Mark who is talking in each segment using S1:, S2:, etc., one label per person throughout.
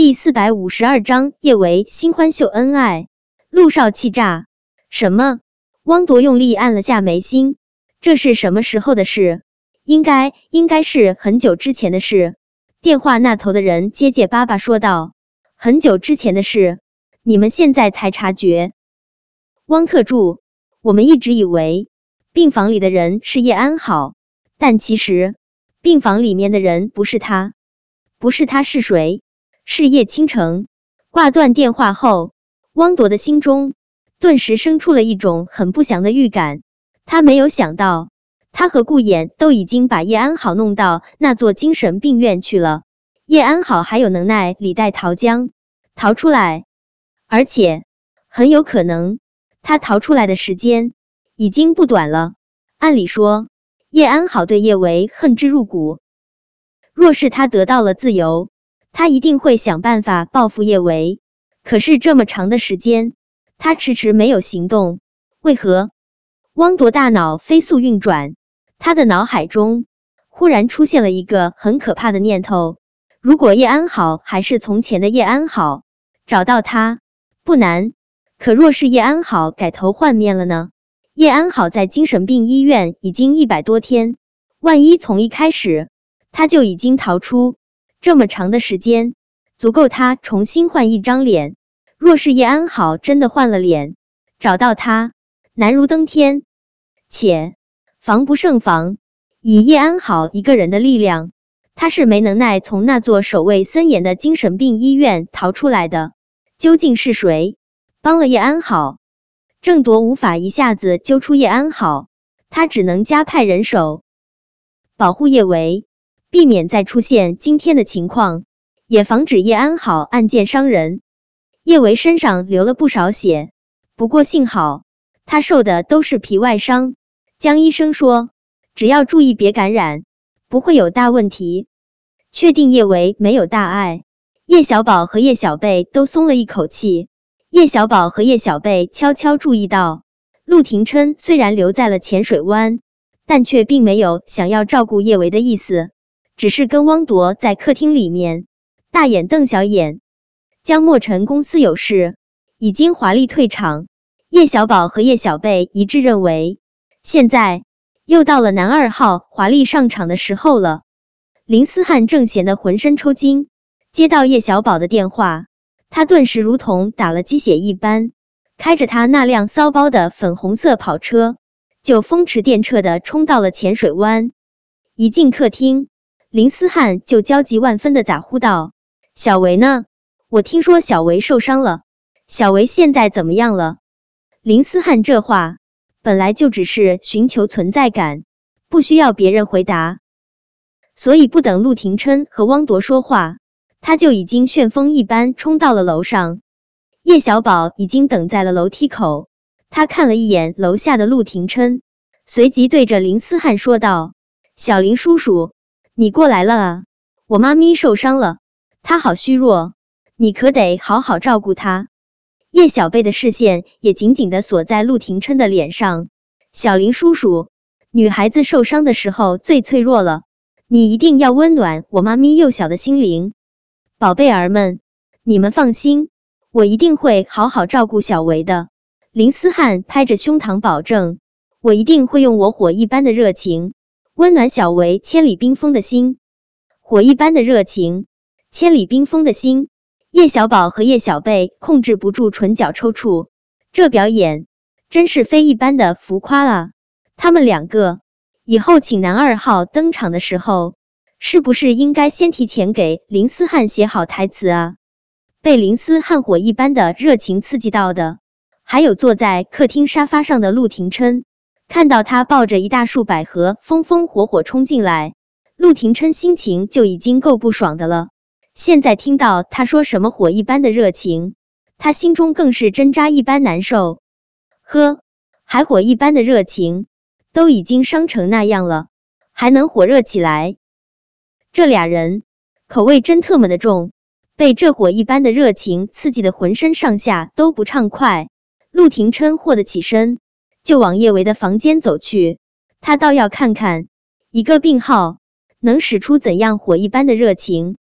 S1: 第452章叶维新欢秀恩爱，陆少气炸。什么？汪铎用力按了下眉心，这是什么时候的事？应该是很久之前的事。电话那头的人结结巴巴说道，很久之前的事，你们现在才察觉？汪特助，我们一直以为病房里的人是叶安好，但其实病房里面的人不是他。不是他是谁？是叶倾城。挂断电话后，汪铎的心中顿时生出了一种很不祥的预感。他没有想到，他和顾衍都已经把叶安好弄到那座精神病院去了，叶安好还有能耐李代桃僵逃出来，而且很有可能他逃出来的时间已经不短了。按理说，叶安好对叶维恨之入骨，若是他得到了自由，他一定会想办法报复叶维。可是这么长的时间，他迟迟没有行动，为何？汪铎大脑飞速运转，他的脑海中忽然出现了一个很可怕的念头，如果叶安好还是从前的叶安好，找到他不难，可若是叶安好改头换面了呢？叶安好在精神病医院已经100多天，万一从一开始他就已经逃出，这么长的时间足够他重新换一张脸。若是叶安好真的换了脸，找到他难如登天。且防不胜防，以叶安好一个人的力量，他是没能耐从那座守卫森严的精神病医院逃出来的。究竟是谁帮了叶安好？郑铎无法一下子揪出叶安好，他只能加派人手保护叶维，避免再出现今天的情况，也防止叶安好暗箭伤人。叶维身上流了不少血，不过幸好他受的都是皮外伤，江医生说只要注意别感染，不会有大问题。确定叶维没有大碍，叶小宝和叶小贝都松了一口气。叶小宝和叶小贝悄悄注意到，陆廷琛虽然留在了浅水湾，但却并没有想要照顾叶维的意思，只是跟汪铎在客厅里面大眼瞪小眼。江墨尘公司有事，已经华丽退场。叶小宝和叶小贝一致认为，现在又到了男2号华丽上场的时候了。林思翰正闲得浑身抽筋，接到叶小宝的电话，他顿时如同打了鸡血一般，开着他那辆骚包的粉红色跑车，就风驰电掣地冲到了浅水湾。一进客厅，林思翰就焦急万分地咋呼道，小维呢？我听说小维受伤了，小维现在怎么样了？林思翰这话本来就只是寻求存在感，不需要别人回答，所以不等陆廷琛和汪铎说话，他就已经旋风一般冲到了楼上。叶小宝已经等在了楼梯口，他看了一眼楼下的陆廷琛，随即对着林思翰说道，小林叔叔，你过来了啊，我妈咪受伤了，她好虚弱，你可得好好照顾她。叶小贝的视线也紧紧地锁在陆廷琛的脸上，小林叔叔，女孩子受伤的时候最脆弱了，你一定要温暖我妈咪幼小的心灵。宝贝儿们，你们放心，我一定会好好照顾小维的。林思翰拍着胸膛保证，我一定会用我火一般的热情温暖小维千里冰封的心。火一般的热情，千里冰封的心。叶小宝和叶小贝控制不住唇角抽搐，这表演真是非一般的浮夸啊！他们两个以后请男2号登场的时候，是不是应该先提前给林思翰写好台词啊？被林思翰火一般的热情刺激到的，还有坐在客厅沙发上的陆廷琛。看到他抱着一大束百合风风火火冲进来，陆廷琛心情就已经够不爽的了。现在听到他说什么火一般的热情，他心中更是针扎一般难受。呵，还火一般的热情，都已经伤成那样了，还能火热起来？这俩人口味真特么的重，被这火一般的热情刺激的浑身上下都不畅快。陆廷琛霍得起身，就往叶维的房间走去，他倒要看看一个病号能使出怎样火一般的热情。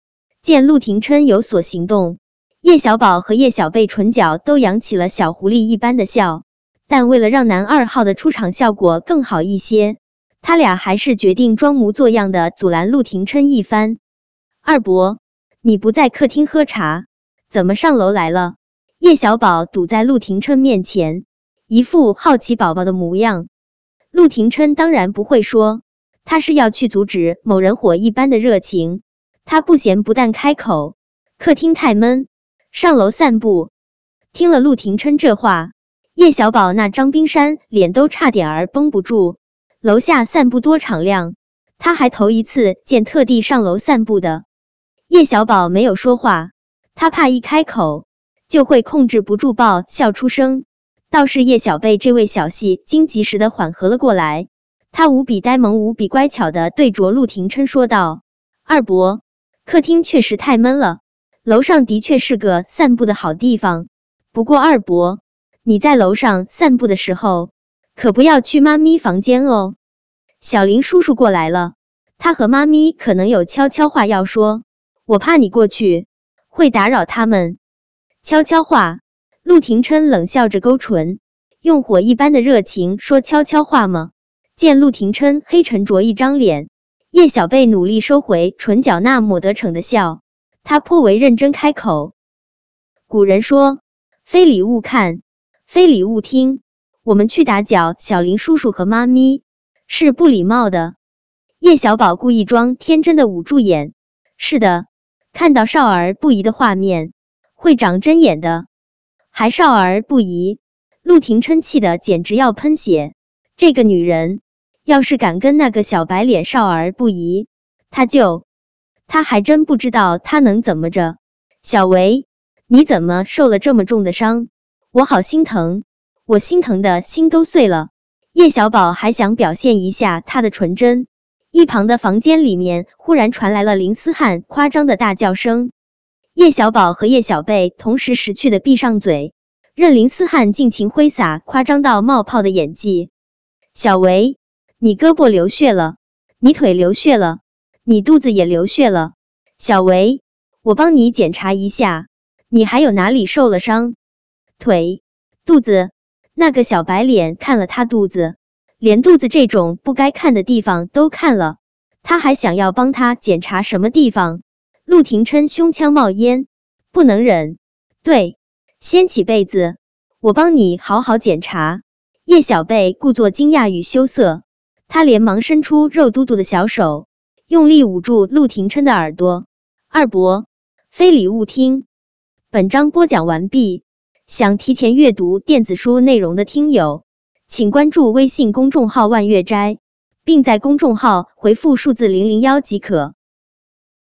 S1: 见陆廷琛有所行动，叶小宝和叶小贝唇角都扬起了小狐狸一般的笑，但为了让男2号的出场效果更好一些，他俩还是决定装模作样的阻拦陆廷琛一番。二伯，你不在客厅喝茶，怎么上楼来了？叶小宝堵在陆廷琛面前，一副好奇宝宝的模样。陆廷琛当然不会说，他是要去阻止某人火一般的热情。他不咸不淡开口，客厅太闷，上楼散步。听了陆廷琛这话，叶小宝那张冰山脸都差点儿绷不住。楼下散步多敞亮，他还头一次见特地上楼散步的。叶小宝没有说话，他怕一开口就会控制不住爆笑出声。倒是叶小贝这位小戏精及时的缓和了过来，他无比呆萌无比乖巧的对着陆廷琛说道：二伯，客厅确实太闷了，楼上的确是个散步的好地方，不过二伯，你在楼上散步的时候可不要去妈咪房间哦。小林叔叔过来了，他和妈咪可能有悄悄话要说，我怕你过去会打扰他们。悄悄话？陆廷琛冷笑着勾唇，用火一般的热情说悄悄话吗？见陆廷琛黑沉着一张脸，叶小贝努力收回唇角那抹得逞的笑，他颇为认真开口。古人说，非礼勿看，非礼勿听，我们去打搅小林叔叔和妈咪是不礼貌的。叶小宝故意装天真的捂住眼，是的，看到少儿不宜的画面会长针眼的。还少儿不宜？陆廷琛气得简直要喷血，这个女人要是敢跟那个小白脸少儿不宜，他还真不知道他能怎么着。小维，你怎么受了这么重的伤？我好心疼，我心疼的心都碎了。叶小宝还想表现一下他的纯真，一旁的房间里面忽然传来了林思翰夸张的大叫声。叶小宝和叶小贝同时识趣的闭上嘴，任林思翰尽情挥洒夸张到冒泡的演技。小维，你胳膊流血了，你腿流血了，你肚子也流血了。小维，我帮你检查一下，你还有哪里受了伤？腿、肚子。那个小白脸看了他肚子，连肚子这种不该看的地方都看了，他还想要帮他检查什么地方？陆廷琛胸腔冒烟，不能忍。对，掀起被子，我帮你好好检查。叶小贝故作惊讶与羞涩，他连忙伸出肉嘟嘟的小手，用力捂住陆廷琛的耳朵。二伯，非礼勿听。本章播讲完毕。想提前阅读电子书内容的听友，请关注微信公众号万月斋，并在公众号回复数字001即可。